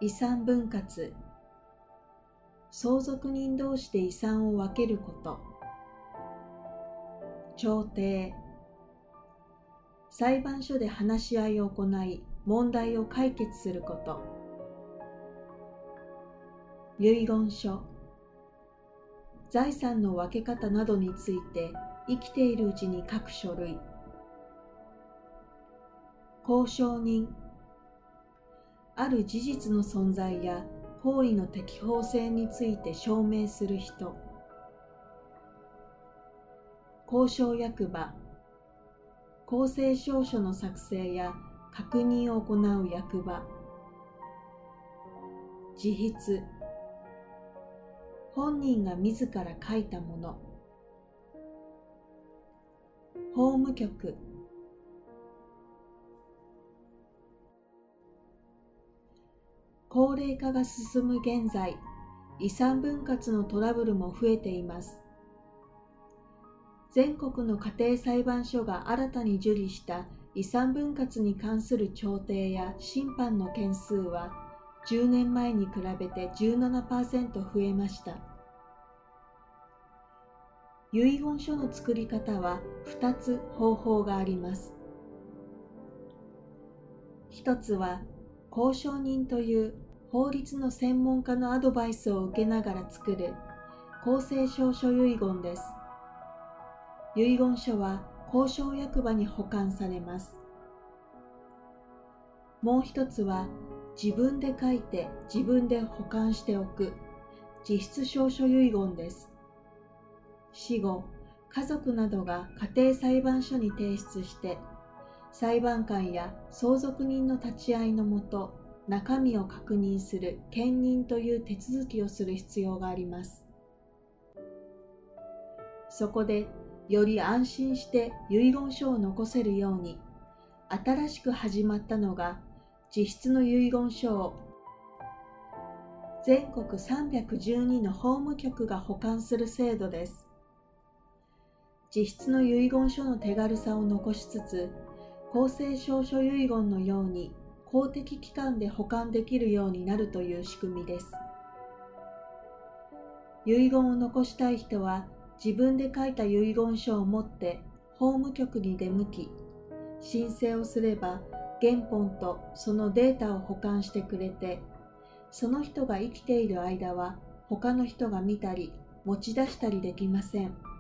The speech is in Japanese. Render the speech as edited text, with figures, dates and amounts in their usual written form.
遺産分割、相続人同士で遺産を分けること。調停、裁判所で話し合いを行い問題を解決すること。遺言書、財産の分け方などについて生きているうちに書く書類。公証人、ある事実の存在や行為の適法性について証明する人。公証役場、公正証書の作成や確認を行う役場。自筆、本人が自ら書いたもの。法務局、高齢化が進む現在、遺産分割のトラブルも増えています。全国の家庭裁判所が新たに受理した遺産分割に関する調停や審判の件数は10年前に比べて 17% 増えました。遺言書の作り方は2つ方法があります。一つは公証人という法律の専門家のアドバイスを受けながら作る公正証書遺言です。遺言書は公証役場に保管されます。もう一つは自分で書いて自分で保管しておく自筆証書遺言です。死後、家族などが家庭裁判所に提出して裁判官や相続人の立ち会いのもと中身を確認する検認という手続きをする必要があります。そこでより安心して遺言書を残せるように新しく始まったのが自筆の遺言書を全国312の法務局が保管する制度です。自筆の遺言書の手軽さを残しつつ公正証書遺言のように公的機関で保管できるようになるという仕組みです。遺言を残したい人は自分で書いた遺言書を持って法務局に出向き、申請をすれば原本とそのデータを保管してくれて、その人が生きている間は他の人が見たり持ち出したりできません。